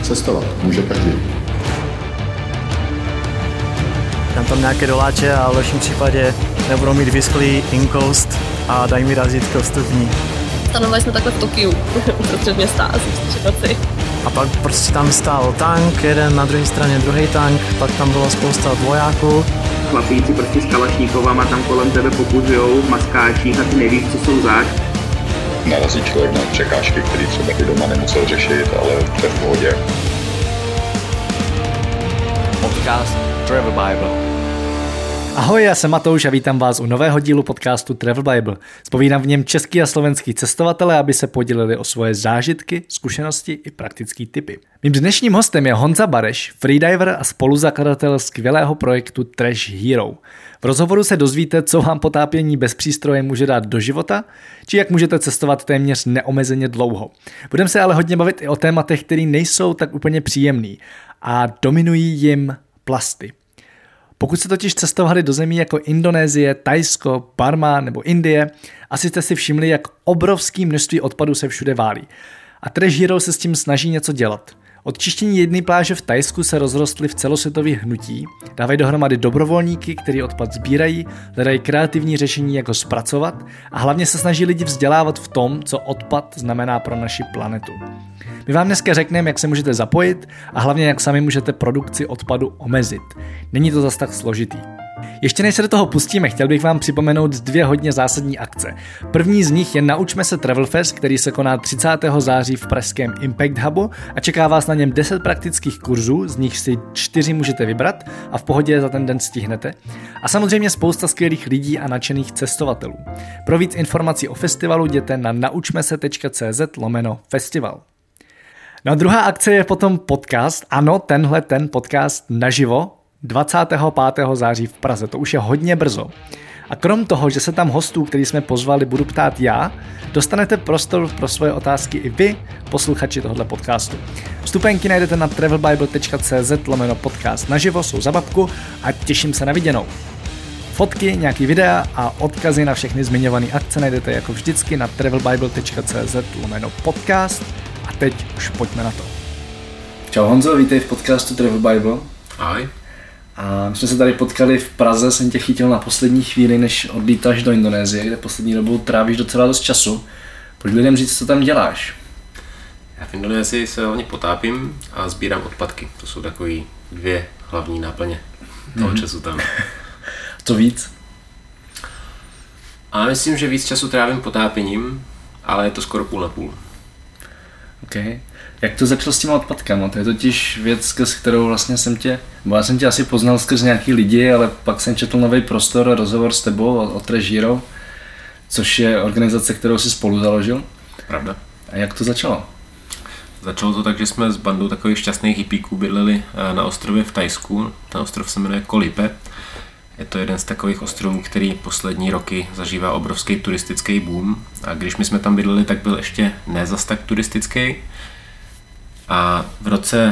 Cestovat může každý. Dám tam nějaké doláče a v lepším případě nebudou mít vysklý inkoust a dají mi razítko vstupní. Stanovali jsme takhle v Tokiu, uprostřed města asi v noci. A pak prostě tam stál tank, jeden na druhé straně druhý tank, pak tam bylo spousta vojáků. Chlapíci prostě s kalašníkovama tam kolem tebe pokuzujou v maskáčích a ty nevíš, co jsou zač. Narazí člověk na překážky, které třeba i doma nemusel řešit, ale to je v pohodě. Podcast Travel Bible. Ahoj, já jsem Matouš a vítám vás u nového dílu podcastu Travel Bible. Zpovídám v něm český a slovenský cestovatele, aby se podělili o svoje zážitky, zkušenosti i praktické tipy. Mým dnešním hostem je Honza Bareš, freediver a spoluzakladatel skvělého projektu Trash Hero. V rozhovoru se dozvíte, co vám potápění bez přístroje může dát do života, či jak můžete cestovat téměř neomezeně dlouho. Budeme se ale hodně bavit i o tématech, které nejsou tak úplně příjemný a dominují jim plasty. Pokud jste totiž cestovali do zemí jako Indonésie, Thajsko, Barma nebo Indie, asi jste si všimli, jak obrovské množství odpadu se všude válí. A Trash Hero se s tím snaží něco dělat. Od čištění jedné pláže v Thajsku se rozrostly v celosvětových hnutí, dávají dohromady dobrovolníky, kteří odpad sbírají, hledají kreativní řešení, jak ho zpracovat a hlavně se snaží lidi vzdělávat v tom, co odpad znamená pro naši planetu. My vám dneska řekneme, jak se můžete zapojit a hlavně jak sami můžete produkci odpadu omezit. Není to zas tak složitý. Ještě než se do toho pustíme, chtěl bych vám připomenout dvě hodně zásadní akce. První z nich je Naučme se Travel Fest, který se koná 30. září v pražském Impact Hubu a čeká vás na něm 10 praktických kurzů, z nich si 4 můžete vybrat a v pohodě za ten den stihnete. A samozřejmě spousta skvělých lidí a nadšených cestovatelů. Pro víc informací o festivalu jděte na naučmese.cz/festival. No a druhá akce je potom podcast, ano, ten podcast naživo, 25. září v Praze, to už je hodně brzo. A krom toho, že se tam hostů, který jsme pozvali, budu ptát já, dostanete prostor pro svoje otázky i vy, posluchači tohoto podcastu. Vstupenky najdete na travelbible.cz/podcast naživo, jsou za babku a těším se na viděnou. Fotky, nějaký videa a odkazy na všechny zmiňované akce najdete jako vždycky na travelbible.cz/podcast. A teď už pojďme na to. Čau Honzo, vítej v podcastu Travel Bible. Ahoj. A my jsme se tady potkali v Praze, jsem tě chytil na poslední chvíli, než odlítáš do Indonésie, kde poslední dobou trávíš docela dost času. Pojď lidem říct, co tam děláš. Já v Indonésii se hlavně potápím a sbírám odpadky. To jsou takový dvě hlavní náplně toho času tam. Co víc? A myslím, že víc času trávím potápěním, ale je to skoro půl na půl. Okay. Jak to začalo s těma odpadkama? To je totiž věc, s kterou vlastně já jsem tě asi poznal skrz nějaký lidi, ale pak jsem četl nový prostor a rozhovor s tebou o Trash Hero, což je organizace, kterou jsi spolu založil. Pravda. A jak to začalo? Začalo to tak, že jsme s bandou takových šťastných hippíků bydleli na ostrově v Thajsku. Ten ostrov se jmenuje Koh Lipe. Je to jeden z takových ostrovů, který poslední roky zažívá obrovský turistický boom. A když my jsme tam bydleli, tak byl ještě ne zas tak turistický. A v roce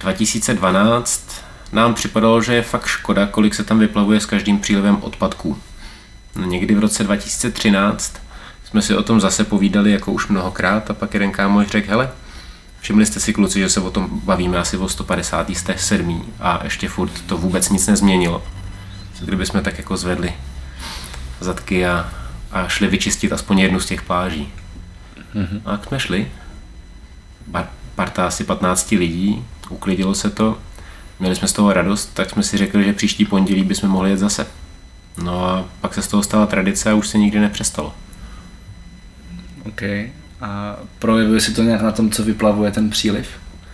2012 nám připadalo, že je fakt škoda, kolik se tam vyplavuje s každým přílivem odpadků. No někdy v roce 2013 jsme si o tom zase povídali jako už mnohokrát a pak jeden kámoš řekl, hele, všimli jste si kluci, že se o tom bavíme asi o 157. a ještě furt to vůbec nic nezměnilo. Kdyby jsme tak jako zvedli zadky a šli vyčistit aspoň jednu z těch pláží. Mm-hmm. A jak jsme šli, parta asi 15 lidí, uklidilo se to, měli jsme z toho radost, tak jsme si řekli, že příští pondělí bychom mohli jet zase. No a pak se z toho stala tradice a už se nikdy nepřestalo. OK. A projevuje si to nějak na tom, co vyplavuje ten příliv?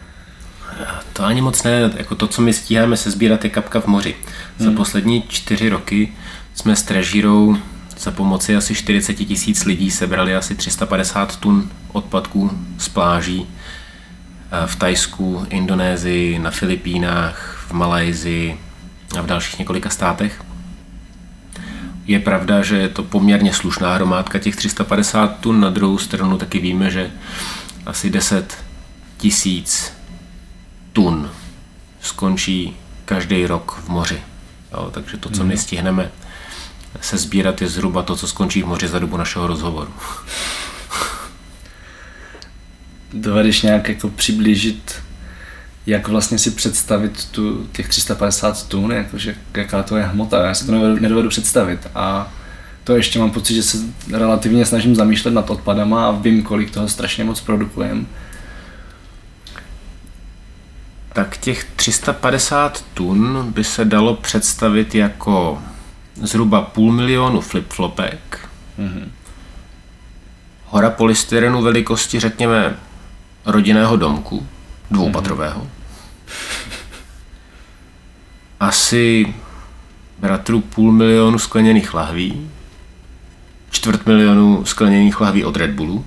To ani moc ne, jako to, co my stíháme se sbírat, je kapka v moři. Za poslední 4 roky jsme s Trash Hero za pomoci asi 40 000 lidí sebrali asi 350 tun odpadků z pláží v Thajsku, Indonésii, na Filipínách, v Malajsii a v dalších několika státech. Je pravda, že je to poměrně slušná hromádka těch 350 tun, na druhou stranu taky víme, že asi 10 000 tun skončí každý rok v moři. Jo, takže to, co my stihneme se sbírat, je zhruba to, co skončí v moři za dobu našeho rozhovoru. Dovedeš nějak jako přiblížit, jak vlastně si představit těch 350 tun, jakože jaká to je hmota, já si to nedovedu představit a to ještě mám pocit, že se relativně snažím zamýšlet nad odpadama a vím, kolik toho strašně moc produkujeme. Tak těch 350 tun by se dalo představit jako zhruba 500 000 flip-flopek, hora polystyrenu velikosti, řekněme, rodinného domku, dvoupatrového, asi bratrů 500 000 skleněných lahví, 250 000 skleněných lahví od Red Bullu,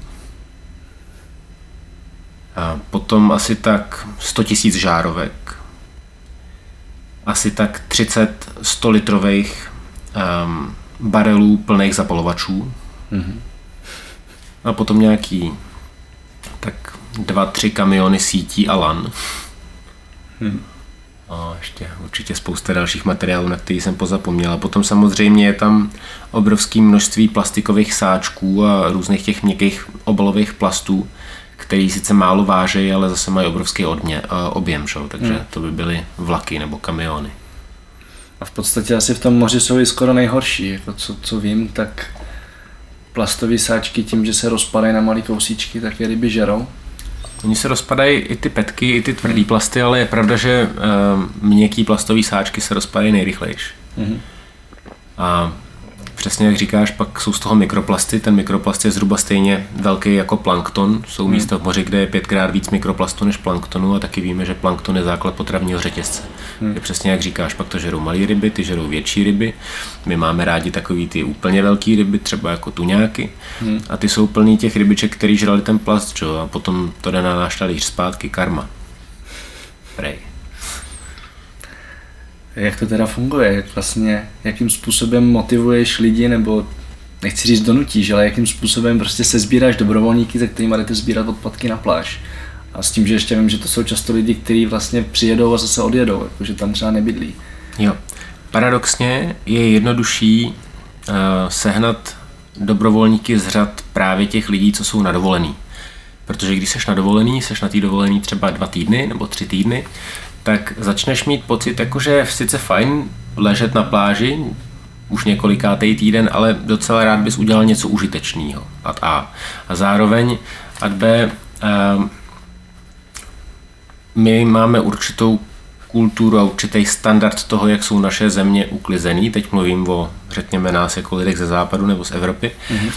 a potom asi tak 100 000 žárovek, asi tak 30 100-litrových barelů plných zapalovačů, a potom nějaký tak 2-3 kamiony sítí a lan. A ještě určitě spousta dalších materiálů, na který jsem pozapomněl. A potom samozřejmě je tam obrovské množství plastikových sáčků a různých těch měkkých obalových plastů, který sice málo vážejí, ale zase mají obrovský objem, takže to by byly vlaky nebo kamiony. A v podstatě asi v tom moři jsou i skoro nejhorší, jako co vím, tak plastové sáčky tím, že se rozpadají na malé kousíčky, tak je ryby žerou. Oni se rozpadají i ty petky, i ty tvrdý plasty, ale je pravda, že měkký plastový sáčky se rozpadají nejrychlejš. A přesně jak říkáš, pak jsou z toho mikroplasty. Ten mikroplast je zhruba stejně velký jako plankton. Jsou místa v moři, kde je 5krát víc mikroplastu než planktonu a taky víme, že plankton je základ potravního řetězce. Je přesně jak říkáš, pak to žerou malé ryby, ty žerou větší ryby. My máme rádi takový ty úplně velký ryby, třeba jako tuňáky. A ty jsou plný těch rybiček, který žrali ten plast, čo? A potom to jde na náš talíř zpátky, karma. Prej. Jak to teda funguje? Jakým způsobem motivuješ lidi, nebo nechci říct donutíš, ale jakým způsobem prostě se sbíráš dobrovolníky, za kterými jdete sbírat odpadky na pláž? A s tím, že ještě vím, že to jsou často lidi, kteří vlastně přijedou a zase odjedou, jakože tam třeba nebydlí. Jo. Paradoxně je jednodušší sehnat dobrovolníky z řad právě těch lidí, co jsou na dovolený. Protože když seš na dovolený, seš na té dovolený třeba 2 týdny nebo 3 týdny, tak začneš mít pocit, jakože je sice fajn ležet na pláži už několikátej týden, ale docela rád bys udělal něco užitečného. Ad A. A zároveň ad B. My máme určitou kulturu a určitý standard toho, jak jsou naše země uklizený. Teď mluvím o, řekněme, nás jako lidech ze západu nebo z Evropy.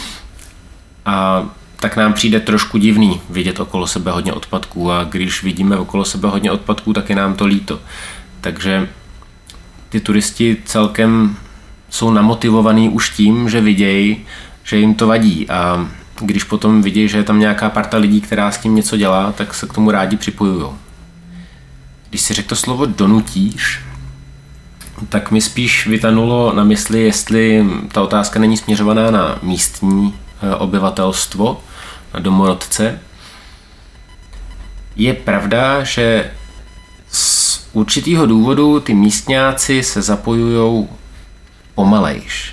A tak nám přijde trošku divný vidět okolo sebe hodně odpadků a když vidíme okolo sebe hodně odpadků, tak je nám to líto. Takže ty turisti celkem jsou namotivovaní už tím, že vidějí, že jim to vadí a když potom vidí, že je tam nějaká parta lidí, která s tím něco dělá, tak se k tomu rádi připojují. Když si řekl to slovo donutíš, tak mi spíš vytanulo na mysli, jestli ta otázka není směřovaná na místní obyvatelstvo, na domorodce. Je pravda, že z určitého důvodu ty místňáci se zapojujou pomalejš.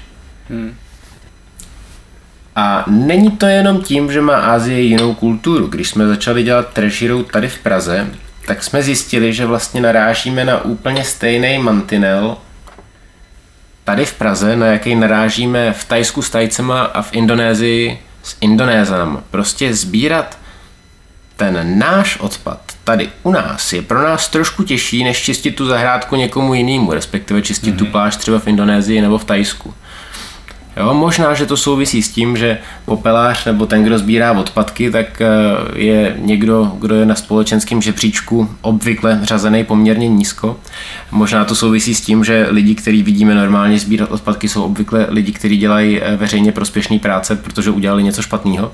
A není to jenom tím, že má Asie jinou kulturu. Když jsme začali dělat Trash Hero tady v Praze, tak jsme zjistili, že vlastně narážíme na úplně stejný mantinel tady v Praze, na jaký narážíme v Thajsku s Thajcema a v Indonésii s Indonézanama. Prostě sbírat ten náš odpad tady u nás je pro nás trošku těžší, než čistit tu zahrádku někomu jinému, respektive čistit tu pláž třeba v Indonésii nebo v Thajsku. Jo, možná, že to souvisí s tím, že popelář nebo ten, kdo sbírá odpadky, tak je někdo, kdo je na společenském žebříčku obvykle řazený poměrně nízko. Možná to souvisí s tím, že lidi, který vidíme normálně sbírat odpadky, jsou obvykle lidi, kteří dělají veřejně prospěšné práce, protože udělali něco špatného.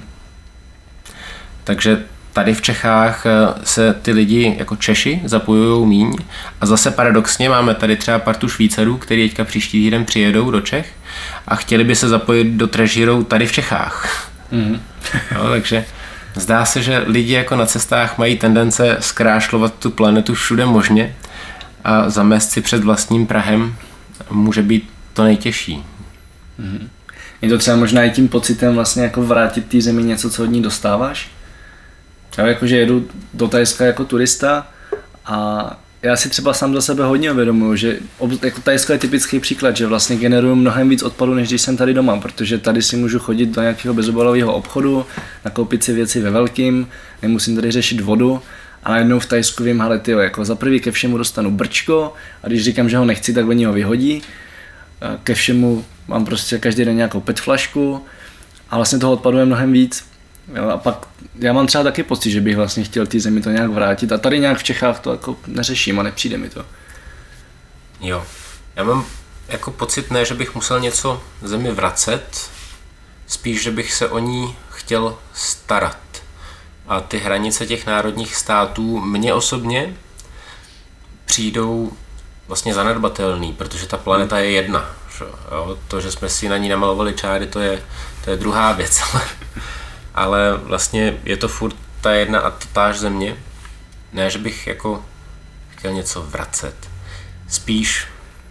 Takže tady v Čechách se ty lidi jako Češi zapojují míň a zase paradoxně máme tady třeba partu Švýcarů, kteří teďka příští týden přijedou do Čech a chtěli by se zapojit do Trash Hero tady v Čechách. Jo, takže zdá se, že lidi jako na cestách mají tendence zkrášlovat tu planetu všude možně a zamést si před vlastním prahem může být to nejtěžší. Je to třeba možná i tím pocitem vlastně jako vrátit té zemi něco, co od ní dostáváš? Třeba jako, že jedu do Thajska jako turista A já si třeba sám za sebe hodně uvědomuji, že jako Thajsko je typický příklad, že vlastně generuju mnohem víc odpadu, než když jsem tady doma, protože tady si můžu chodit do nějakého bezobalového obchodu, nakoupit si věci ve velkým, nemusím tady řešit vodu a najednou v Thajsku vím, hele tyjo, jako za prvý ke všemu dostanu brčko a když říkám, že ho nechci, tak oni ho vyhodí, ke všemu mám prostě každý den nějakou PET flašku a vlastně toho odpadu je mnohem víc. Jo, a pak já mám třeba taky pocit, že bych vlastně chtěl té zemi to nějak vrátit a tady nějak v Čechách to jako neřeším a nepřijde mi to. Jo, já mám jako pocit ne, že bych musel něco zemi vracet, spíš, že bych se o ní chtěl starat. A ty hranice těch národních států mně osobně přijdou vlastně zanedbatelný, protože ta planeta je jedna. Že? Jo, to, že jsme si na ní namalovali čáry, to je druhá věc. Ale vlastně je to furt ta jedna a táž země. Ne, že bych jako chtěl něco vracet. Spíš,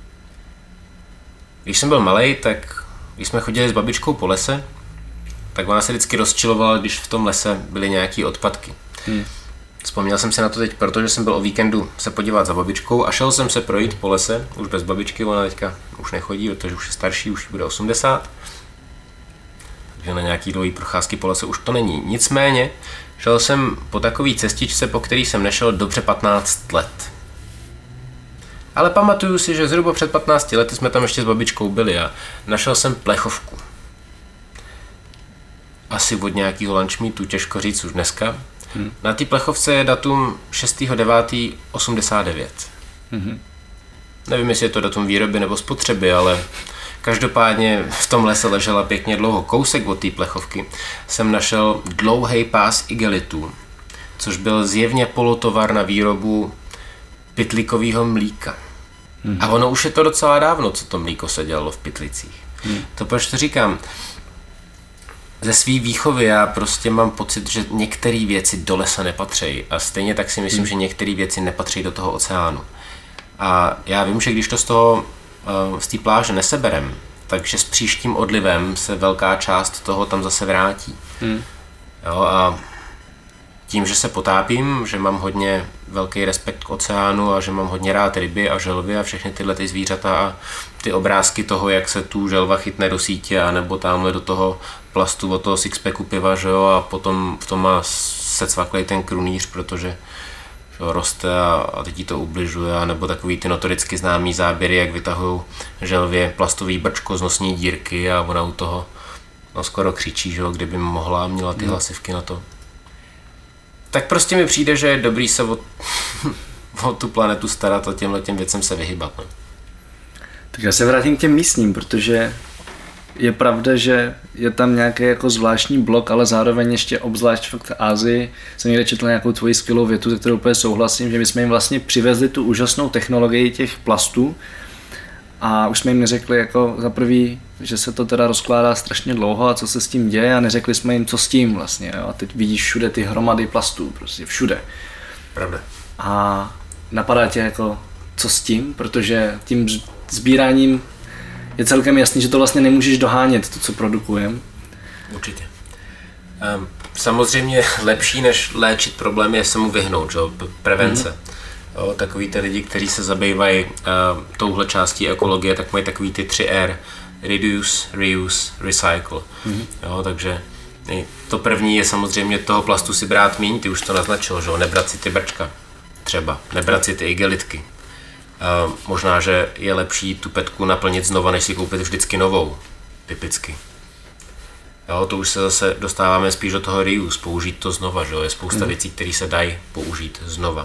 když jsem byl malej, tak když jsme chodili s babičkou po lese, tak ona se vždycky rozčilovala, když v tom lese byly nějaký odpadky. Vzpomněl jsem si na to teď, protože jsem byl o víkendu se podívat za babičkou a šel jsem se projít po lese, už bez babičky, ona teďka už nechodí, protože už je starší, už bude 80. Takže na nějaký dlouhý procházky po lese už to není. Nicméně šel jsem po takové cestičce, po který jsem nešel dobře 15 let. Ale pamatuju si, že zhruba před 15 lety jsme tam ještě s babičkou byli a našel jsem plechovku. Asi od nějakého lunchmeetu, těžko říct už dneska. Na té plechovce je datum 6.9.89. Nevím, jestli je to datum výroby nebo spotřeby, ale každopádně v tom lese ležela pěkně dlouho. Kousek od té plechovky jsem našel dlouhý pás igelitů, což byl zjevně polotovar na výrobu pytlíkového mlíka. A ono už je to docela dávno, co to mlíko se dělalo v pytlicích. To proč to říkám? Ze svý výchovy já prostě mám pocit, že některé věci do lesa nepatří a stejně tak si myslím, že některé věci nepatří do toho oceánu. A já vím, že když to z té pláže neseberem, takže s příštím odlivem se velká část toho tam zase vrátí. Jo, a tím, že se potápím, že mám hodně velký respekt k oceánu a že mám hodně rád ryby a želvy a všechny tyhle ty zvířata a ty obrázky toho, jak se tu želva chytne do sítě a nebo tamhle do toho plastu od toho sixpacku piva, že jo, a potom v tom má se cvaklej ten krunýř, protože roste a teď jí to ubližuje, a nebo takový ty notoricky známý záběry, jak vytahují želvě plastový brčko z nosní dírky a ona u toho skoro křičí, že jo, kdyby mohla, měla ty hlasivky na to. Tak prostě mi přijde, že je dobrý se o tu planetu starat a těm věcem se vyhybat. Ne? Tak já se vrátím k těm místním, protože je pravda, že je tam nějaký jako zvláštní blok, ale zároveň ještě obzvlášť v Asii jsem někde četl nějakou tvoji skvělou větu, se kterou úplně souhlasím, že my jsme jim vlastně přivezli tu úžasnou technologii těch plastů a už jsme jim neřekli jako za prvý, že se to teda rozkládá strašně dlouho a co se s tím děje a neřekli jsme jim, co s tím vlastně. Jo? A teď vidíš všude ty hromady plastů, prostě všude. Pravda. A napadá tě jako, co s tím, protože tím sbíráním je celkem jasný, že to vlastně nemůžeš dohánět, to, co produkujeme. Určitě. Samozřejmě lepší, než léčit problémy, je se mu vyhnout, že? Prevence. Jo, takový ty lidi, kteří se zabývají touhle částí ekologie, tak mají takový ty 3R. Reduce, reuse, recycle. Jo, takže to první je samozřejmě toho plastu si brát míň, ty už to naznačil, že? Nebrat si ty brčka, třeba, nebrat si ty igelitky. Možná, že je lepší tu petku naplnit znova, než si koupit vždycky novou, typicky. Jo, to už se zase dostáváme spíš do toho reuse, použít to znova, že? Je spousta věcí, které se dají použít znova.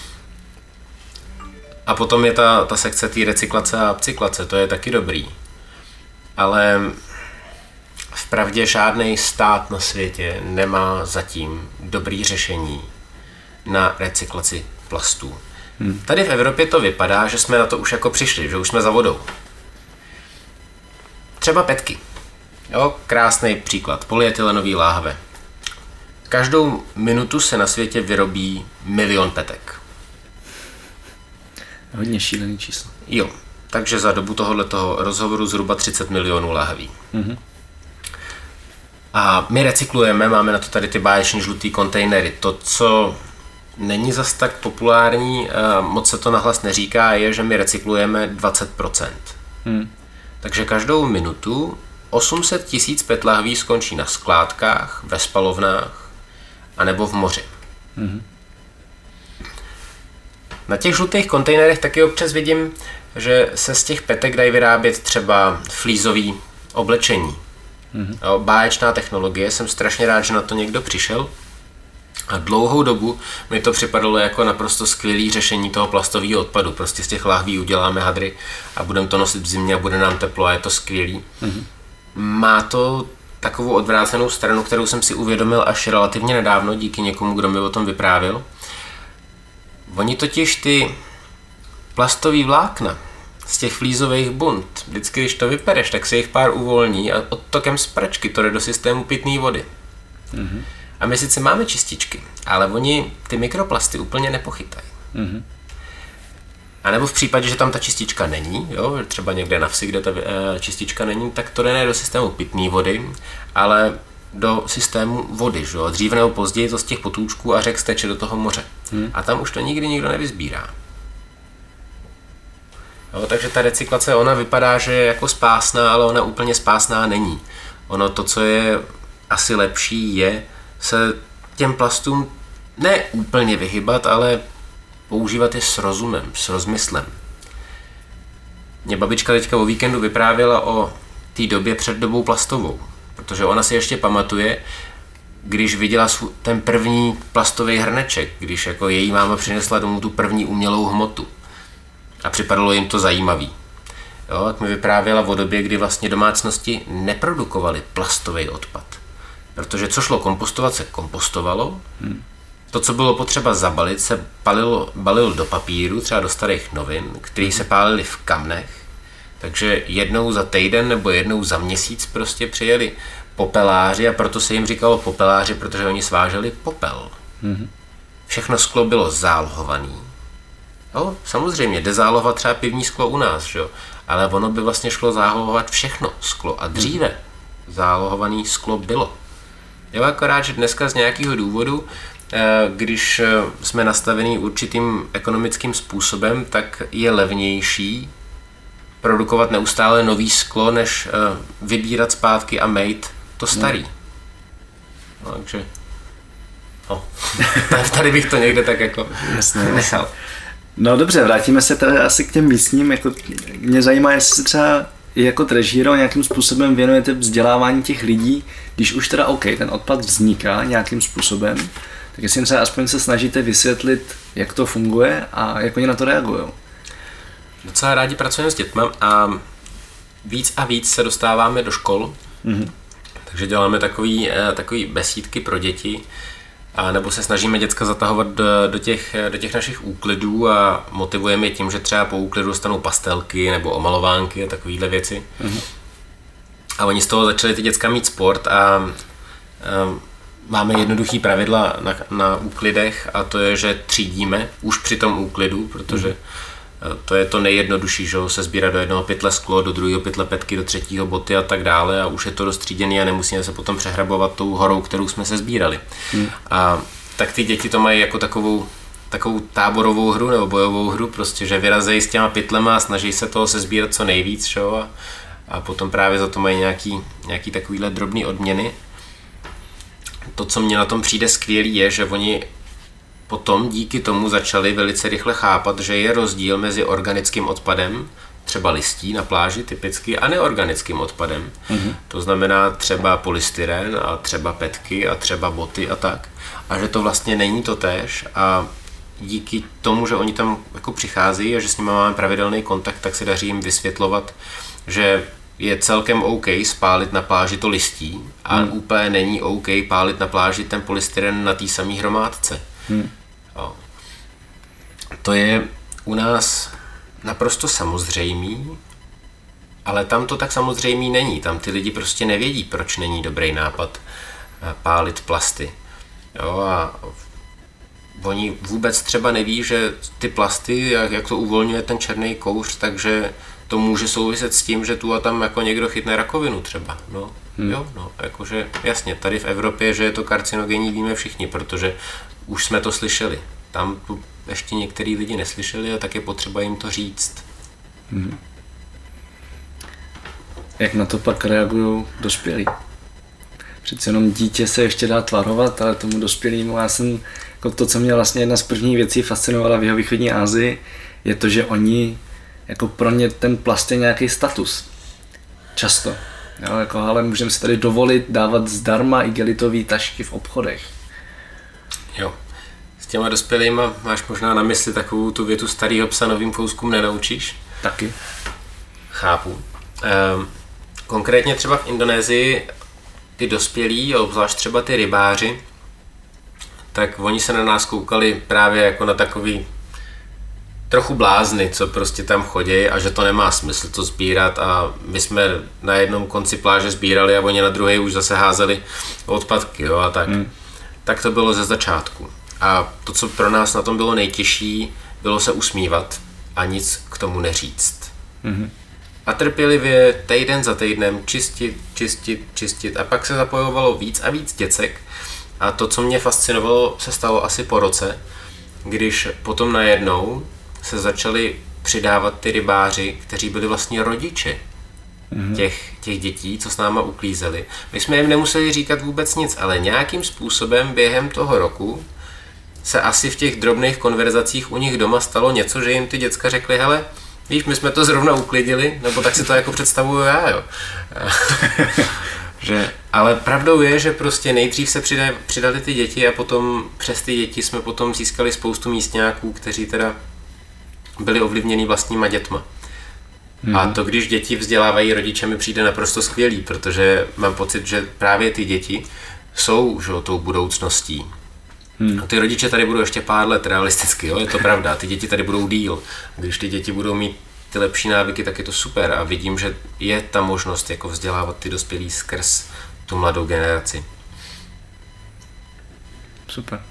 A potom je ta sekce té recyklace a upcyklace, to je taky dobrý. Ale vpravdě žádný stát na světě nemá zatím dobrý řešení na recyklaci plastů. Tady v Evropě to vypadá, že jsme na to už jako přišli, že už jsme za vodou. Třeba petky. Jo, krásný příklad. Polyetylenové láhve. Každou minutu se na světě vyrobí 1 milion petek. Hodně šílený číslo. Jo, takže za dobu tohoto rozhovoru zhruba 30 milionů láhví. A my recyklujeme, máme na to tady ty báječný žlutý kontejnery. To, co není zas tak populární, moc se to nahlas neříká, je, že my recyklujeme 20%. Takže každou minutu 800 000 PET lahví skončí na skládkách, ve spalovnách anebo v moři. Na těch žlutých kontejnerech taky občas vidím, že se z těch petek dají vyrábět třeba flízový oblečení. Báječná technologie, jsem strašně rád, že na to někdo přišel. A dlouhou dobu mi to připadalo jako naprosto skvělé řešení toho plastového odpadu. Prostě z těch lahví uděláme hadry a budeme to nosit v zimě a bude nám teplo a je to skvělý. Má to takovou odvrácenou stranu, kterou jsem si uvědomil až relativně nedávno díky někomu, kdo mi o tom vyprávěl. Oni totiž ty plastový vlákna z těch flízových bund, vždycky, když to vypereš, tak se jich pár uvolní a odtokem z pračky to jde do systému pitné vody. A my sice máme čističky, ale oni ty mikroplasty úplně nepochytají. A nebo v případě, že tam ta čistička není, jo, třeba někde na vsi, kde ta čistička není, tak to jde ne do systému pitné vody, ale do systému vody. Že? Dříve nebo později to z těch potůčků a řek steče do toho moře. A tam už to nikdy nikdo nevyzbírá. Jo, takže ta recyklace, ona vypadá, že je jako spásná, ale ona úplně spásná není. Ono to, co je asi lepší, je se těm plastům ne úplně vyhybat, ale používat je s rozumem, s rozmyslem. Mě babička teďka o víkendu vyprávěla o té době před dobou plastovou, protože ona si ještě pamatuje, když viděla ten první plastový hrneček, když jako její máma přinesla domů tu první umělou hmotu a připadalo jim to zajímavý. Jo, tak mi vyprávěla o době, kdy vlastně domácnosti neprodukovaly plastový odpad. Protože co šlo kompostovat, se kompostovalo. To, co bylo potřeba zabalit, se balilo do papíru, třeba do starých novin, které se pálily v kamnech. Takže jednou za týden nebo jednou za měsíc prostě přijeli popeláři a proto se jim říkalo popeláři, protože oni sváželi popel. Všechno sklo bylo zálohované. No, samozřejmě, jde zálohovat třeba pivní sklo u nás, že? Ale ono by vlastně šlo zálohovat všechno sklo a dříve zálohované sklo bylo. Jo, akorát, že dneska z nějakého důvodu, když jsme nastavení určitým ekonomickým způsobem, tak je levnější produkovat neustále nový sklo, než vybírat zpátky a mejt to starý. No, takže tady bych to někde tak jako nechal. No dobře, vrátíme se teda asi k těm místním. Jako, mě zajímá, jestli se třeba jako trežíro nějakým způsobem věnujete vzdělávání těch lidí, když už teda OK, ten odpad vzniká nějakým způsobem, tak jestli třeba aspoň se snažíte vysvětlit, jak to funguje a jak oni na to reagují. Docela rádi pracujeme s dětmi a víc se dostáváme do škol, takže děláme takový besídky pro děti, a nebo se snažíme děcka zatahovat do těch našich úklidů a motivujeme je tím, že třeba po úklidu dostanou pastelky nebo omalovánky a takovéhle věci. A oni z toho začali ty děcka mít sport a máme jednoduchý pravidla na úklidech a to je, že třídíme už při tom úklidu, protože to je to nejjednodušší, že se sbírá do jednoho pytle sklo, do druhého pytle petky, do třetího boty a tak dále a už je to roztříděný a nemusíme se potom přehrabovat tou horou, kterou jsme se sbírali. A tak ty děti to mají jako takovou táborovou hru nebo bojovou hru, prostě, že vyrazejí s těma pytlema a snaží se toho sezbírat co nejvíc, šo? A potom právě za to mají nějaký takovýhle drobný odměny. To, co mně na tom přijde skvělý, je, že oni potom díky tomu začali velice rychle chápat, že je rozdíl mezi organickým odpadem, třeba listí na pláži typicky, a neorganickým odpadem. To znamená třeba polystyren a třeba petky a třeba boty a tak. A že to vlastně není totéž a díky tomu, že oni tam jako přicházejí a že s nimi máme pravidelný kontakt, tak se daří jim vysvětlovat, že je celkem OK spálit na pláži to listí a úplně není OK pálit na pláži ten polystyren na té samé hromádce. To je u nás naprosto samozřejmý, ale tam to tak samozřejmý není. Tam ty lidi prostě nevědí, proč není dobrý nápad pálit plasty. Jo, a oni vůbec třeba neví, že ty plasty, jak to uvolňuje ten černý kouř, takže to může souviset s tím, že tu a tam jako někdo chytne rakovinu třeba. Jakože jasně, tady v Evropě, že je to karcinogenní, víme všichni, protože už jsme to slyšeli. tam ještě některý lidi neslyšeli a tak je potřeba jim to říct. Jak na to pak reagují dospělí? Přece jenom dítě se ještě dá tvarovat, ale tomu dospělému, já jsem, jako to, co mě vlastně jedna z prvních věcí fascinovala v jihovýchodní Asii, je to, že oni, jako pro ně ten plast je nějaký status. Často. Jo, jako, ale můžeme si tady dovolit dávat zdarma igelitové tašky v obchodech. Jo. S těma dospělýma máš možná na mysli takovou tu větu starýho psa novým kouskům nenaučíš? Taky. Chápu. Konkrétně třeba v Indonésii ty dospělí, obzvlášť třeba ty rybáři, tak oni se na nás koukali právě jako na takový trochu blázny, co prostě tam chodí a že to nemá smysl to sbírat a my jsme na jednom konci pláže sbírali a oni na druhé už zase házeli odpadky, jo, a tak. Tak to bylo ze začátku. A to, co pro nás na tom bylo nejtěžší, bylo se usmívat a nic k tomu neříct. A trpělivě týden za týdnem čistit a pak se zapojovalo víc a víc děcek a to, co mě fascinovalo, se stalo asi po roce, když potom najednou se začali přidávat ty rybáři, kteří byli vlastně rodiče těch dětí, co s náma uklízeli. My jsme jim nemuseli říkat vůbec nic, ale nějakým způsobem během toho roku se asi v těch drobných konverzacích u nich doma stalo něco, že jim ty děcka řekli, hele, víš, my jsme to zrovna uklidili, nebo tak si to jako představuju já, jo. Ale pravdou je, že prostě nejdřív se přidali ty děti a potom přes ty děti jsme potom získali spoustu místňáků, kteří teda byli ovlivněni vlastníma dětma. A to, když děti vzdělávají rodiče, mi přijde naprosto skvělý, protože mám pocit, že právě ty děti jsou, že, tou budoucností. A ty rodiče tady budou ještě pár let realisticky, jo? Je to pravda, ty děti tady budou díl. Když ty děti budou mít ty lepší návyky, tak je to super a vidím, že je ta možnost jako vzdělávat ty dospělí skrz tu mladou generaci. Super.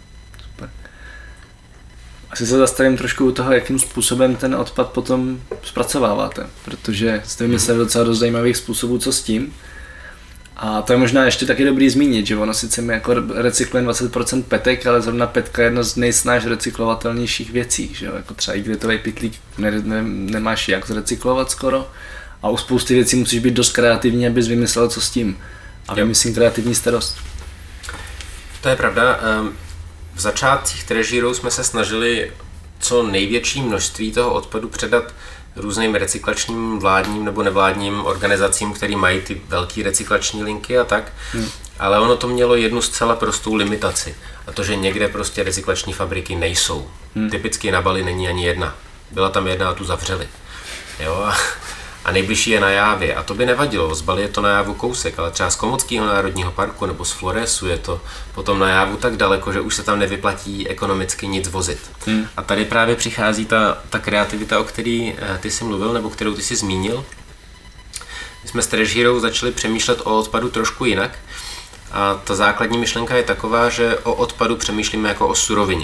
Asi se zastavím trošku u toho, jakým způsobem ten odpad potom zpracováváte, protože jste vymysleli docela dost zajímavých způsobů, co s tím. A to je možná ještě taky dobrý zmínit, že ono sice my jako recyklujeme 20% petek, ale zrovna petka je jedna z nejsnáž recyklovatelnějších věcí, že jo? Jako třeba igelitový pytlík nemáš jak zrecyklovat skoro a u spousty věcí musíš být dost kreativní, abys vymyslel, co s tím. A vymyslím kreativní starost. To je pravda. V začátcích Treasure jsme se snažili co největší množství toho odpadu předat různým recyklačním vládním nebo nevládním organizacím, které mají ty velké recyklační linky a tak, ale ono to mělo jednu zcela prostou limitaci a to, že někde prostě recyklační fabriky nejsou. Typicky na Bali není ani jedna. Byla tam jedna a tu zavřeli. Jo? A nejbližší je na Jávě a to by nevadilo, z Bali je to na Jávu kousek, ale třeba z Komotského národního parku nebo z Floresu je to potom na Jávu tak daleko, že už se tam nevyplatí ekonomicky nic vozit. A tady právě přichází ta kreativita, o který ty jsi mluvil nebo kterou ty jsi zmínil. My jsme s Treasure začali přemýšlet o odpadu trošku jinak a ta základní myšlenka je taková, že o odpadu přemýšlíme jako o surovině.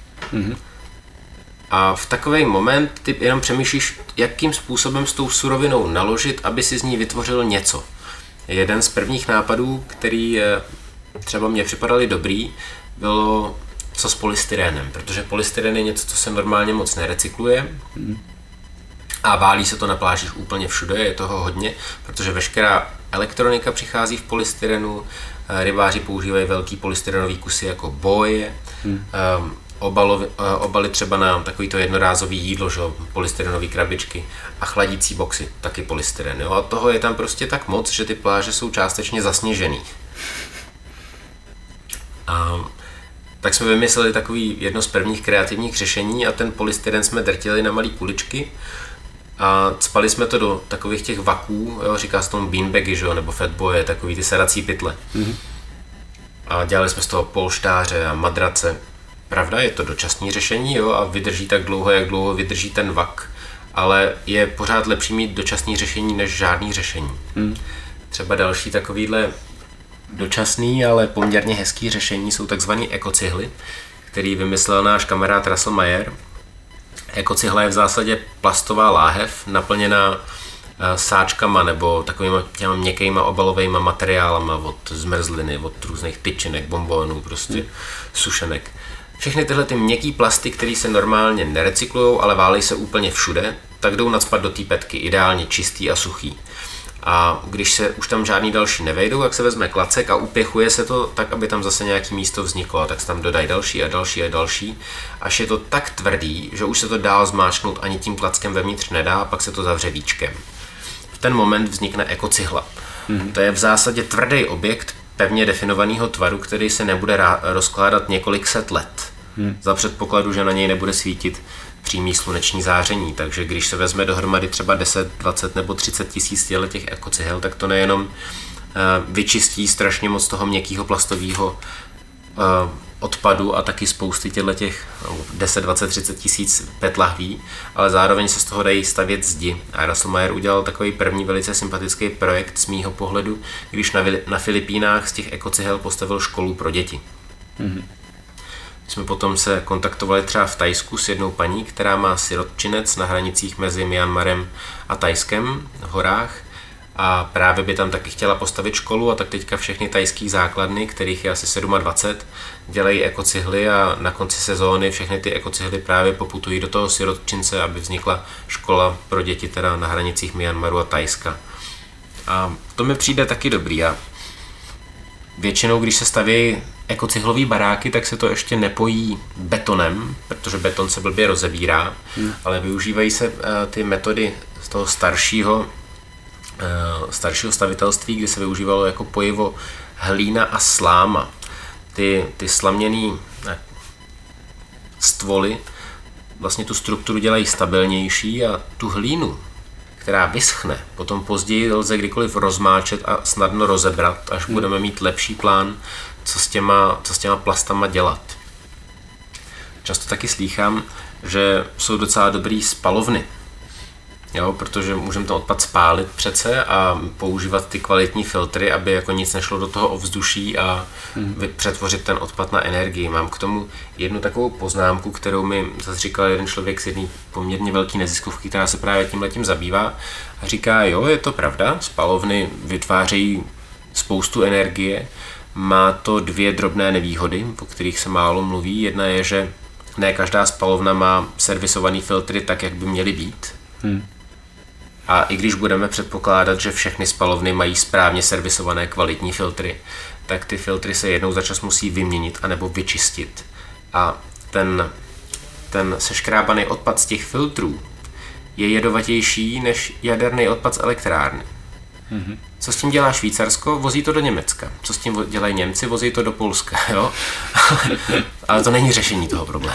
A v takový moment ty jenom přemýšlíš, jakým způsobem s tou surovinou naložit, aby si z ní vytvořil něco. Jeden z prvních nápadů, který třeba mě připadaly dobrý, bylo co s polystyrénem, protože polystyren je něco, co se normálně moc nerecykluje a válí se to na plážích úplně všude, je toho hodně, protože veškerá elektronika přichází v polystyrenu, rybáři používají velký polystyrenový kusy jako boje, obaly třeba na takovýto jednorázový jídlo, že? Polystyrenové krabičky a chladící boxy, taky polystyren. Jo? A toho je tam prostě tak moc, že ty pláže jsou částečně zasněžený. A tak jsme vymysleli takový jedno z prvních kreativních řešení a ten polystyren jsme drtili na malé kuličky a cpali jsme to do takových těch vaků, jo? Říká se tomu beanbagy, že? Nebo fatboje, takový ty sedací pytle. A dělali jsme z toho polštáře a madrace. Pravda, je to dočasné řešení, jo, a vydrží tak dlouho, jak dlouho vydrží ten vak, ale je pořád lepší mít dočasné řešení než žádný řešení. Třeba další takovýhle dočasný, ale poměrně hezký řešení jsou takzvané ekocihly, který vymyslel náš kamarád Russell Meyer. Ekocihla je v zásadě plastová láhev naplněná sáčkama nebo takovými těma měkkýma obalovými materiálama od zmrzliny, od různých tyčinek, bonbonů, prostě sušenek. Všechny tyhle ty měkký plasty, které se normálně nerecyklujou, ale válejí se úplně všude, tak jdou nacpat do té petky, ideálně čistý a suchý. A když se už tam žádný další nevejdou, tak se vezme klacek a upěchuje se to tak, aby tam zase nějaký místo vzniklo. A tak se tam dodají další a další a další, až je to tak tvrdý, že už se to dál zmáčknout ani tím klackem vevnitř nedá, a pak se to zavře víčkem. V ten moment vznikne ekocihla. To je v zásadě tvrdý objekt pevně definovaného tvaru, který se nebude rozkládat několik set let. Za předpokladu, že na něj nebude svítit přímý sluneční záření, takže když se vezme dohromady třeba 10, 20 nebo 30 tisíc těch ekocihel, tak to nejenom vyčistí strašně moc toho měkkého plastového odpadu a taky spousty těch 10, 20, 30 tisíc PET lahví, ale zároveň se z toho dají stavět zdi. A Russell udělal takový první velice sympatický projekt z mýho pohledu, když na Filipínách z těch ekocihel postavil školu pro děti. Jsme potom se kontaktovali třeba v Thajsku s jednou paní, která má sirotčinec na hranicích mezi Myanmarem a Thajskem v horách a právě by tam taky chtěla postavit školu, a tak teďka všechny thajský základny, kterých je asi 27, dělají ekocihly a na konci sezóny všechny ty ekocihly právě poputují do toho sirotčince, aby vznikla škola pro děti teda na hranicích Myanmaru a Thajska. A to mi přijde taky dobrý. A většinou, když se stavějí ekocihlový baráky, tak se to ještě nepojí betonem, protože beton se blbě rozebírá, ale využívají se ty metody z toho staršího stavitelství, kdy se využívalo jako pojivo hlína a sláma. Ty slaměný stvoly vlastně tu strukturu dělají stabilnější a tu hlínu, která vyschne, potom později lze kdykoliv rozmáčet a snadno rozebrat, až budeme mít lepší plán, co s těma plastama dělat. Často taky slýchám, že jsou docela dobrý spalovny, jo, protože můžeme ten odpad spálit přece a používat ty kvalitní filtry, aby jako nic nešlo do toho ovzduší a přetvořit ten odpad na energii. Mám k tomu jednu takovou poznámku, kterou mi zase říkal jeden člověk z jedné poměrně velké neziskovky, která se právě tímhletím zabývá, a říká, jo, je to pravda, spalovny vytvářejí spoustu energie, má to dvě drobné nevýhody, o kterých se málo mluví. Jedna je, že ne každá spalovna má servisovaný filtry tak, jak by měly být. A i když budeme předpokládat, že všechny spalovny mají správně servisované kvalitní filtry, tak ty filtry se jednou za čas musí vyměnit anebo vyčistit. A ten seškrábaný odpad z těch filtrů je jedovatější než jaderný odpad z elektrárny. Co s tím dělá Švýcarsko? Vozí to do Německa. Co s tím dělají Němci? Vozí to do Polska. Jo? Ale to není řešení toho problému.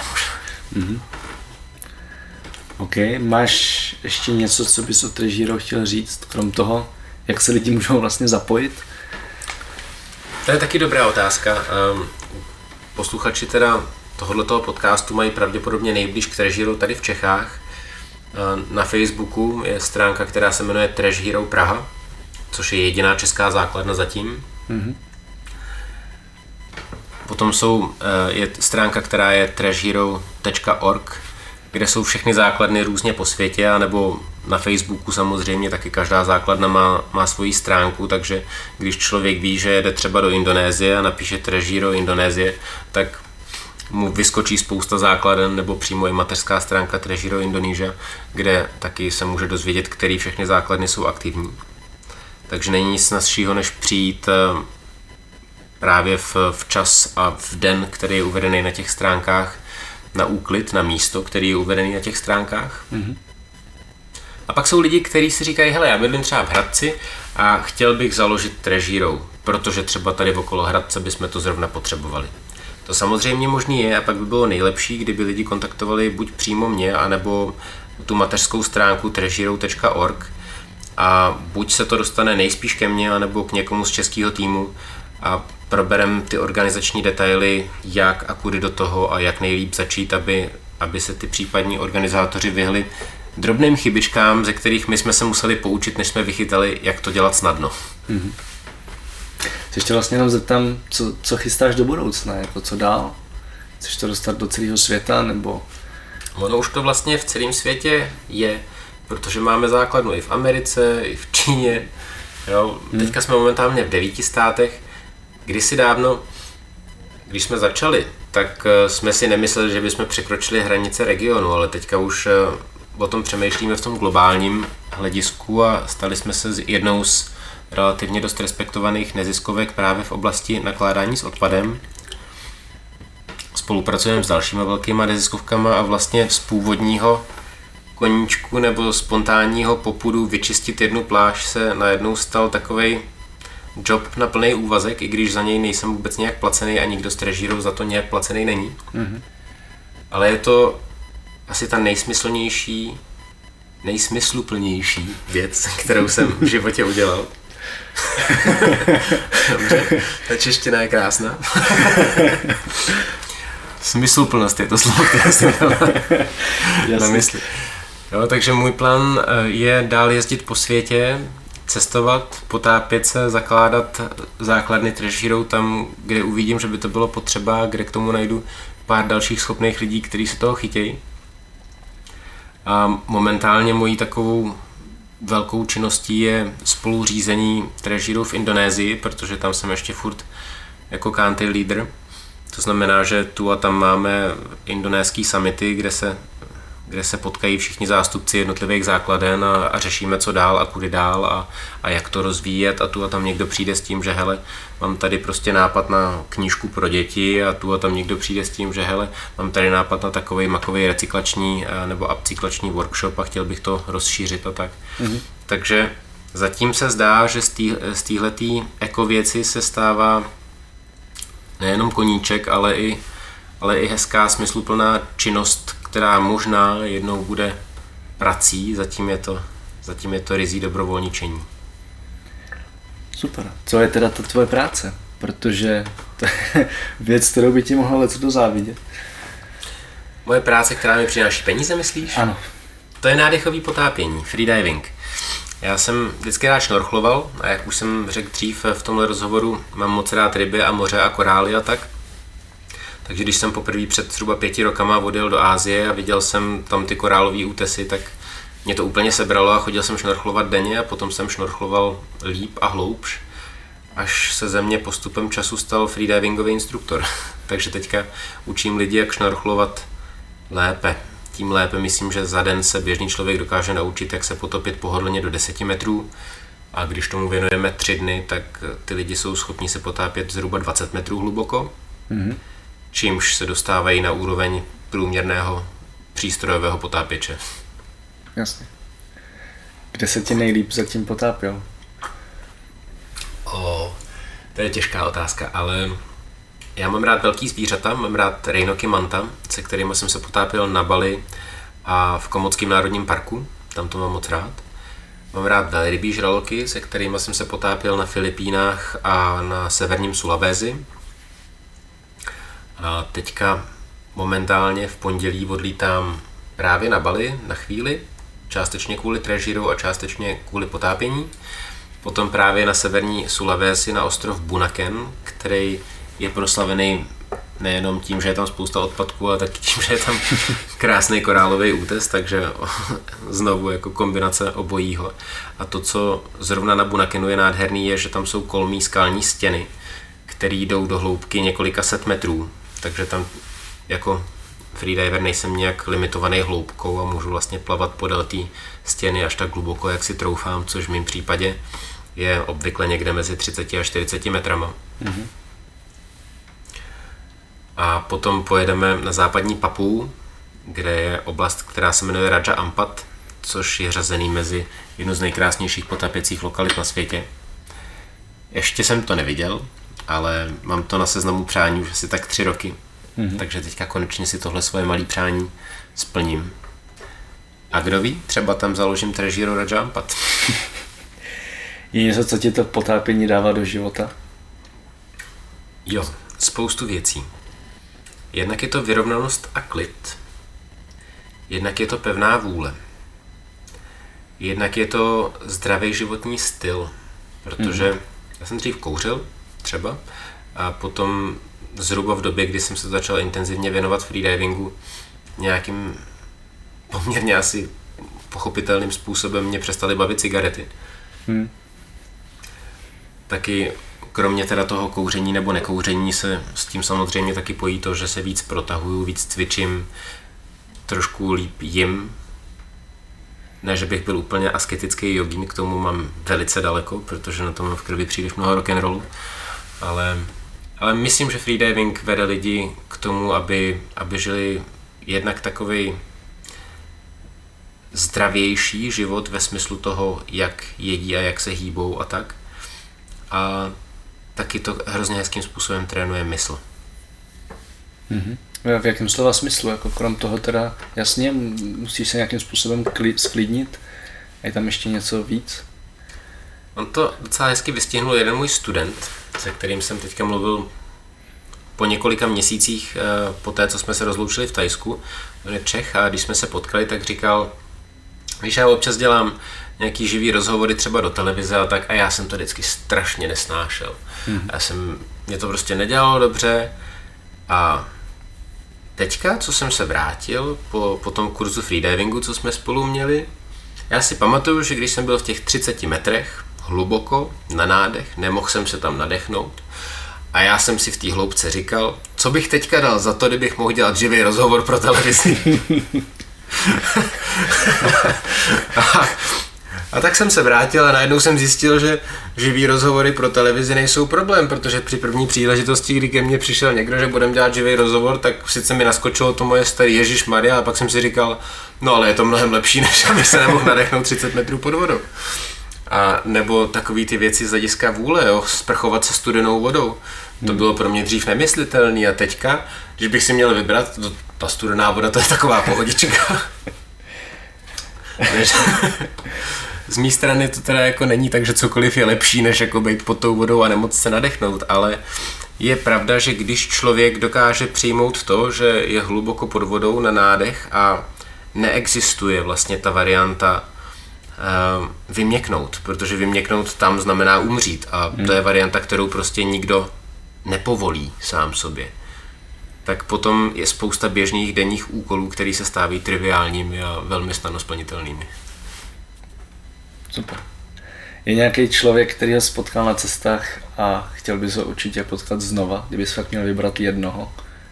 OK, máš ještě něco, co bys o Trash Hero chtěl říct, krom toho, jak se lidi můžou vlastně zapojit? To je taky dobrá otázka. Posluchači teda tohoto podcastu mají pravděpodobně nejblíž k Trash Hero tady v Čechách. Na Facebooku je stránka, která se jmenuje Trash Hero Praha, což je jediná česká základna zatím. Potom je stránka, která je trashhero.org, kde jsou všechny základny různě po světě, anebo na Facebooku samozřejmě taky každá základna má svoji stránku, takže když člověk ví, že jede třeba do Indonésie a napíše Trash Hero Indonésie, tak mu vyskočí spousta základen, nebo přímo i mateřská stránka Trash Hero Indonesia, kde taky se může dozvědět, který všechny základny jsou aktivní. Takže není nic snazšího, než přijít právě v čas a v den, který je uvedený na těch stránkách, na úklid, na místo, který je uvedený na těch stránkách. A pak jsou lidi, kteří si říkají, hele, já bydlím třeba v Hradci a chtěl bych založit Trash Hero, protože třeba tady okolo Hradce bychom to zrovna potřebovali. To samozřejmě možný je, a pak by bylo nejlepší, kdyby lidi kontaktovali buď přímo mě, anebo tu mateřskou stránku trashhero.org, a buď se to dostane nejspíš ke mně, anebo k někomu z českého týmu a proberem ty organizační detaily, jak a kudy do toho a jak nejlíp začít, aby se ty případní organizátoři vyhli drobným chybičkám, ze kterých my jsme se museli poučit, než jsme vychytali, jak to dělat snadno. Ještě vlastně jenom zeptám, co chystáš do budoucna, jako co dál? Chceš to dostat do celého světa, nebo? Ono už to vlastně v celém světě je, protože máme základnu i v Americe, i v Číně. Jo. Teďka jsme momentálně v 9 státech. Kdysi dávno Když jsme začali, tak jsme si nemysleli, že bychom překročili hranice regionu, ale teďka už o tom přemýšlíme v tom globálním hledisku a stali jsme se jednou z relativně dost respektovaných neziskovek právě v oblasti nakládání s odpadem. Spolupracujeme s dalšíma velkýma neziskovkama a vlastně z původního koníčku nebo spontánního popudu vyčistit jednu pláž se najednou stal takovej job na plný úvazek, i když za něj nejsem vůbec nějak placený a nikdo z trežírů za to nějak placený není. Mm-hmm. Ale je to asi ta nejsmysluplnější věc, kterou jsem v životě udělal. Dobře, ta čeština je krásná. Smysluplnost je to slovo, které jsem dal na mysli. Jo, takže můj plán je dál jezdit po světě, cestovat, potápět se, zakládat základny trežírů tam, kde uvidím, že by to bylo potřeba, kde k tomu najdu pár dalších schopných lidí, kteří se toho chytějí. A momentálně mojí takovou velkou činností je spoluřízení trežírů v Indonésii, protože tam jsem ještě furt jako country leader. To znamená, že tu a tam máme indonéský summity, kde se potkají všichni zástupci jednotlivých základen a řešíme, co dál a kudy dál a jak to rozvíjet a tu a tam někdo přijde s tím, že hele, mám tady prostě nápad na knížku pro děti a tu a tam někdo přijde s tím, že hele, mám tady nápad na takovej makovej recyklační nebo upcyklační workshop a chtěl bych to rozšířit a tak. Mm-hmm. Takže zatím se zdá, že z téhletý ekověci se stává nejenom koníček, ale i hezká, smysluplná činnost, která možná jednou bude prací, zatím je to ryzí dobrovolničení. Super. Co je teda ta tvoje práce? Protože to je věc, kterou by ti mohla leco dozávidět. Moje práce, která mi přináší peníze, myslíš? Ano. To je nádechový potápění, freediving. Já jsem vždycky rád šnorchloval a jak už jsem řekl dřív v tomhle rozhovoru, mám moc rád ryby a moře a korály a tak. Takže když jsem poprvé před zhruba 5 rokama odjel do Asie a viděl jsem tam ty korálové útesy, tak mě to úplně sebralo a chodil jsem šnorchlovat denně a potom jsem šnorchloval líp a hloubš, až se ze mě postupem času stal freedivingový instruktor. Takže teďka učím lidi, jak šnorchlovat lépe. Tím lépe myslím, že za den se běžný člověk dokáže naučit, jak se potopit pohodlně do 10 metrů a když tomu věnujeme 3 dny, tak ty lidi jsou schopni se potápět zhruba 20 metrů hluboko. Mm-hmm. Čímž se dostávají na úroveň průměrného přístrojového potápěče. Jasně. Kde se ti nejlíp zatím potápěl? To je těžká otázka, ale já mám rád velký zvířata, mám rád rejnoky manta, se kterými jsem se potápěl na Bali a v Komotském národním parku, tam to mám moc rád. Mám rád velrybí žraloky, se kterými jsem se potápěl na Filipínách a na severním Sulawesi. A teďka momentálně v pondělí odlítám právě na Bali na chvíli, částečně kvůli trežíru a částečně kvůli potápění. Potom právě na severní Sulawesi na ostrov Bunaken, který je proslavený nejenom tím, že je tam spousta odpadků, ale taky tím, že je tam krásný korálový útes, takže znovu jako kombinace obojího. A to, co zrovna na Bunakenu je nádherný, je, že tam jsou kolmý skalní stěny, které jdou do hloubky několika set metrů. Takže tam jako freediver nejsem nějak limitovaný hloubkou a můžu vlastně plavat podél té stěny až tak hluboko, jak si troufám, což v mém případě je obvykle někde mezi 30 a 40 metrama. Mm-hmm. A potom pojedeme na západní Papuu, kde je oblast, která se jmenuje Raja Ampat, což je řazený mezi jednu z nejkrásnějších potápěcích lokalit na světě. Ještě jsem to neviděl, ale mám to na seznamu přání už asi tak 3 roky. Mm-hmm. Takže teďka konečně si tohle svoje malé přání splním. A kdo ví, třeba tam založím trežíro Raja Ampat. Je něco, co ti to potápění dává do života? Jo, spoustu věcí. Jednak je to vyrovnanost a klid. Jednak je to pevná vůle. Jednak je to zdravý životní styl, protože já jsem dřív kouřil třeba a potom zhruba v době, kdy jsem se začal intenzivně věnovat freedivingu, nějakým poměrně asi pochopitelným způsobem mě přestaly bavit cigarety. taky kromě teda toho kouření nebo nekouření se s tím samozřejmě taky pojí to, že se víc protahuju, víc cvičím, trošku líp jim. Ne, že bych byl úplně asketický jogín, k tomu mám velice daleko, protože na tom v krvi příliš mnoho rock'n'rollu, ale myslím, že freediving vede lidi k tomu, aby žili jednak takovej zdravější život ve smyslu toho, jak jedí a jak se hýbou a tak. A taky to hrozně hezkým způsobem trénuje mysl. Mm-hmm. V jakém slova smyslu? Jako krom toho teda, jasně, musíš se nějakým způsobem sklidnit. Je tam ještě něco víc? On to docela hezky vystihnul jeden můj student, se kterým jsem teďka mluvil po několika měsících po té, co jsme se rozloučili v Thajsku. On je Čech a když jsme se potkali, tak říkal, víš, já občas dělám nějaký živý rozhovory třeba do televize a tak a já jsem to vždycky strašně nesnášel. Mě to prostě nedělalo dobře a teďka, co jsem se vrátil po tom kurzu freedivingu, co jsme spolu měli, já si pamatuju, že když jsem byl v těch 30 metrech hluboko na nádech, nemohl jsem se tam nadechnout a já jsem si v té hloubce říkal, co bych teďka dal za to, kdybych mohl dělat živý rozhovor pro televizi. A tak jsem se vrátil a najednou jsem zjistil, že živý rozhovory pro televizi nejsou problém, protože při první příležitosti, kdy ke mně přišel někdo, že budeme dělat živý rozhovor, tak sice mi naskočilo to moje staré Ježišmarja a pak jsem si říkal, no ale je to mnohem lepší, než aby se nemohl nadechnout 30 metrů pod vodou. A nebo takový ty věci z hlediska vůle, jo, sprchovat se studenou vodou. To bylo pro mě dřív nemyslitelný a teďka, když bych si měl vybrat, ta studená voda to je taková pohodička. Z mé strany to teda jako není tak, že cokoliv je lepší, než jako být pod tou vodou a nemoc se nadechnout, ale je pravda, že když člověk dokáže přijmout to, že je hluboko pod vodou na nádech a neexistuje vlastně ta varianta vyměknout, protože vyměknout tam znamená umřít a to je varianta, kterou prostě nikdo nepovolí sám sobě. Tak potom je spousta běžných denních úkolů, které se stávají triviálními a velmi snadno splnitelnými. Super. Je nějaký člověk, který ho spotkal na cestách a chtěl bys ho určitě potkat znova, kdybys fakt měl vybrat jednoho?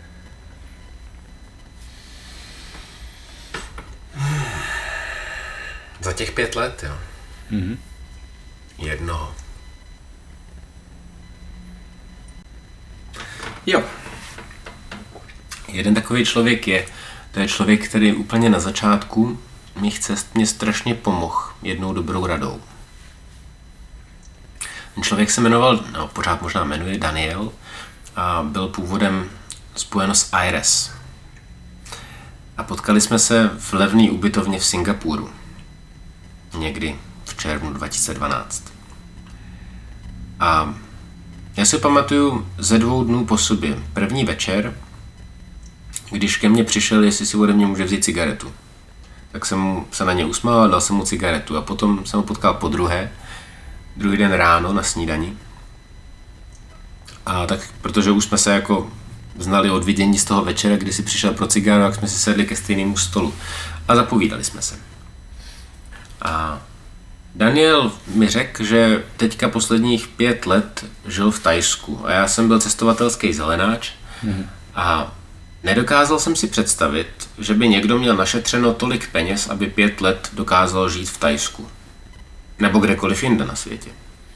Za těch 5 let, jo. Mm-hmm. Jednoho. Jo. Jeden takový člověk to je člověk, který úplně na začátku mých cest mě strašně pomohl jednou dobrou radou. Ten člověk se jmenoval, pořád možná jmenuje Daniel a byl původem z Buenos Aires. A potkali jsme se v levné ubytovně v Singapuru. Někdy v červnu 2012. A já si pamatuju ze 2 dnů po sobě. První večer, když ke mně přišel, jestli si ode mě může vzít cigaretu. Tak jsem se na ně usmál a dal jsem mu cigaretu. A potom jsem ho potkal po druhý den ráno na snídani. A tak, protože už jsme se jako znali od vidění z toho večera, kdy si přišel pro cigáru, tak jsme si sedli ke stejnému stolu. A zapovídali jsme se. A Daniel mi řekl, že teďka posledních 5 let žil v Thajsku a já jsem byl cestovatelský zelenáč a nedokázal jsem si představit, že by někdo měl našetřeno tolik peněz, aby 5 let dokázal žít v Thajsku. Nebo kdekoliv jinde na světě.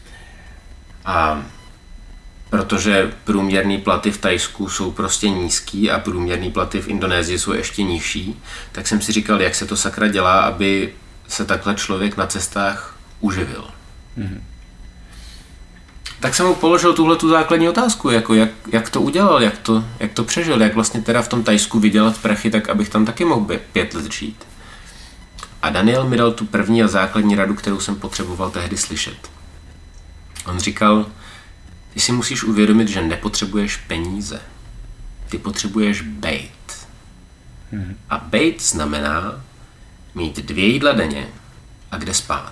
A protože průměrný platy v Thajsku jsou prostě nízký a průměrný platy v Indonésii jsou ještě nižší, tak jsem si říkal, jak se to sakra dělá, aby se takhle člověk na cestách uživil. Mm-hmm. Tak jsem mu položil tuhletu základní otázku, jako jak to udělal, jak to přežil, jak vlastně teda v tom Thajsku vydělat prachy, tak abych tam taky mohl 5 let žít. A Daniel mi dal tu první a základní radu, kterou jsem potřeboval tehdy slyšet. On říkal, ty si musíš uvědomit, že nepotřebuješ peníze. Ty potřebuješ bejt. Mm-hmm. A bejt znamená mít 2 jídla denně a kde spát.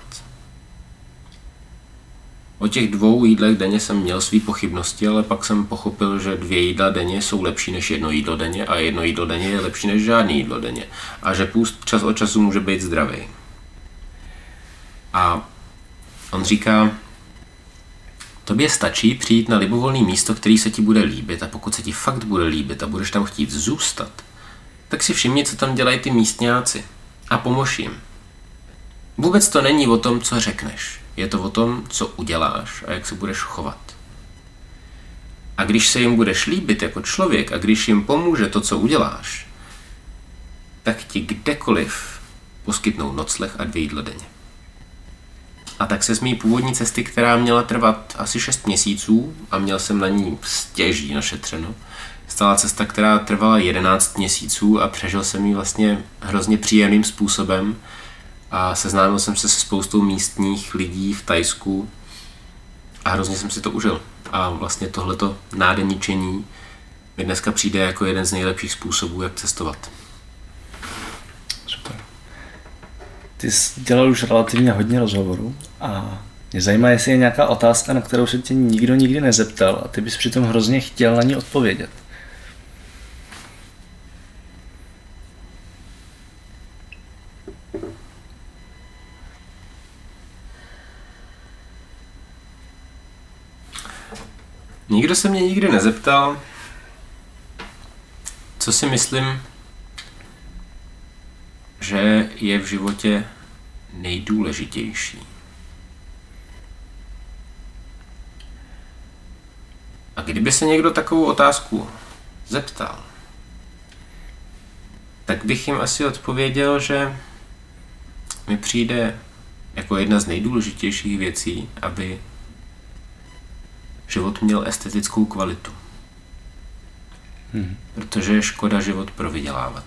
O těch 2 jídlech denně jsem měl svý pochybnosti, ale pak jsem pochopil, že 2 jídla denně jsou lepší než 1 jídlo denně a 1 jídlo denně je lepší než žádný jídlo denně. A že půst čas od času může být zdravý. A on říká, Tobě stačí přijít na libovolné místo, který se ti bude líbit, a pokud se ti fakt bude líbit a budeš tam chtít zůstat, tak si všimni, co tam dělají ty místňáci a pomož jim. Vůbec to není o tom, co řekneš. Je to o tom, co uděláš a jak se budeš chovat. A když se jim budeš líbit jako člověk a když jim pomůže to, co uděláš, tak ti kdekoliv poskytnou nocleh a 2 jídla denně. A tak se z mý původní cesty, která měla trvat asi 6 měsíců a měl jsem na ní stěží našetřeno, stala cesta, která trvala 11 měsíců a přežil jsem ji vlastně hrozně příjemným způsobem a seznámil jsem se se spoustou místních lidí v Thajsku a hrozně jsem si to užil. A vlastně tohleto nádeničení mi dneska přijde jako jeden z nejlepších způsobů, jak cestovat. Super. Ty jsi dělal už relativně hodně rozhovorů a mě zajímá, jestli je nějaká otázka, na kterou se tě nikdo nikdy nezeptal a ty bys přitom hrozně chtěl na ní odpovědět. Nikdo se mě nikdy nezeptal, co si myslím, že je v životě nejdůležitější. A kdyby se někdo takovou otázku zeptal, tak bych jim asi odpověděl, že mi přijde jako jedna z nejdůležitějších věcí, aby život měl estetickou kvalitu. Protože je škoda život provydělávat.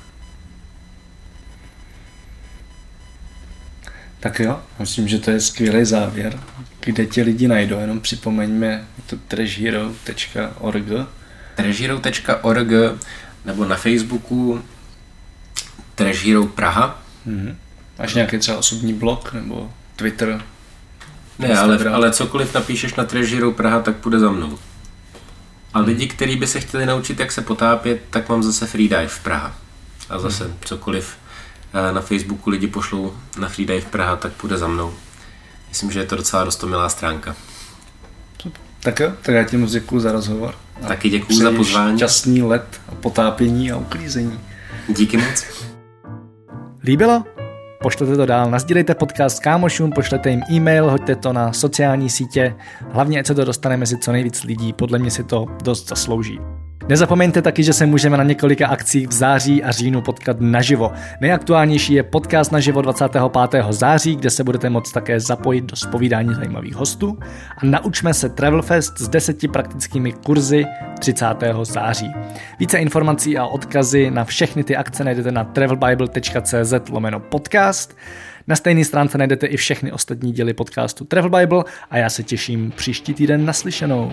Tak jo, myslím, že to je skvělý závěr. Kde tě lidi najdou? Jenom připomeňme to trashhero.org trashhero.org nebo na Facebooku Trash Hero Praha. Máš nějaký třeba osobní blog nebo Twitter? Ne, ale cokoliv napíšeš na Trash Hero Praha, tak půjde za mnou. A lidi, kteří by se chtěli naučit, jak se potápět, tak mám zase Freedive Praha. A zase cokoliv na Facebooku lidi pošlou na Freedive Praha, tak půjde za mnou. Myslím, že je to docela roztomilá stránka. Tak jo, tak já ti moc děkuju za rozhovor. Taky děkuju za pozvání. Šťastný let a potápění a uklízení. Díky moc. Líbilo? Pošlete to dál, nasdílejte podcast kámošům, pošlete jim e-mail, hoďte to na sociální sítě, hlavně ať se to dostane mezi co nejvíc lidí, podle mě si to dost zaslouží. Nezapomeňte taky, že se můžeme na několika akcích v září a říjnu potkat naživo. Nejaktuálnější je podcast naživo 25. září, kde se budete moct také zapojit do zpovídání zajímavých hostů a naučme se Travel Fest s 10 praktickými kurzy 30. září. Více informací a odkazy na všechny ty akce najdete na travelbible.cz/podcast. Na stejné stránce najdete i všechny ostatní díly podcastu Travel Bible a já se těším příští týden naslyšenou.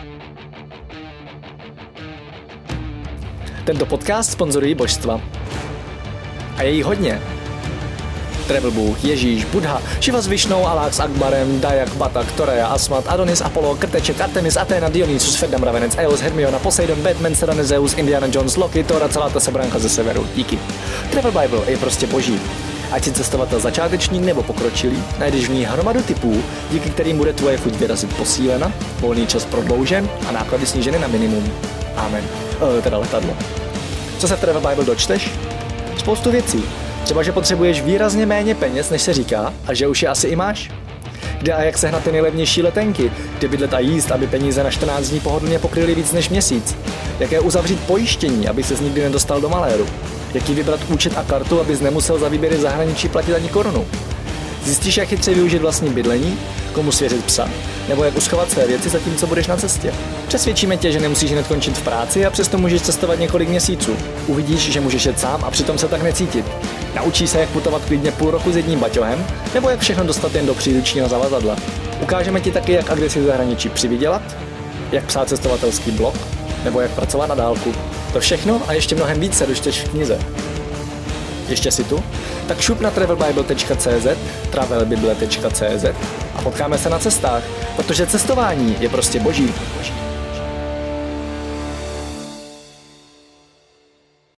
Tento podcast sponzorují božstva. A je jí hodně. Travel Bůh, Ježíš, Buddha, Šiva s Višnou, Alák s Akbarem, Dajak, Batak, Toreja, Asmat, Adonis, Apollo, Krteček, Artemis, Athena, Dionysus, Ferdam, Ravenec, Eos, Hermiona, Poseidon, Batman, Serena, Zeus, Indiana Jones, Loki, Thor a celá ta sebranka ze severu. Díky. Travel Bible je prostě boží. Ať si cestovatel začátečník nebo pokročilý, najdeš v ní hromadu typů, díky kterým bude tvoje chuť vyrazit posílena, volný čas prodloužen a náklady sníženy na minimum. Amen. Teda letadlo. Co se v Travel Bible dočteš? Spoustu věcí. Třeba, že potřebuješ výrazně méně peněz, než se říká, a že už je asi i máš. Kde a jak sehnat ty nejlevnější letenky, kde bydlet a jíst, aby peníze na 14 dní pohodlně pokryly víc než měsíc. Jaké uzavřít pojištění, aby ses nikdy nedostal do maléru. Jaký vybrat účet a kartu, abys nemusel za výběry zahraničí platit ani korunu. Zjistíš, jak chytře využít vlastní bydlení, komu svěřit psa, nebo jak uschovat své věci zatímco budeš na cestě. Přesvědčíme tě, že nemusíš hned končit v práci a přesto můžeš cestovat několik měsíců. Uvidíš, že můžeš jet sám a přitom se tak necítit. Naučíš se, jak putovat klidně půl roku s jedním baťohem, nebo jak všechno dostat jen do příručního zavazadla. Ukážeme ti taky, jak a kde si v zahraničí přivydělat, jak psát cestovatelský blog, nebo jak pracovat na dálku. To všechno a ještě mnohem víc se dočteš v knize. Ještě si tu? Tak šup na travelbible.cz, travelbible.cz a potkáme se na cestách, protože cestování je prostě boží.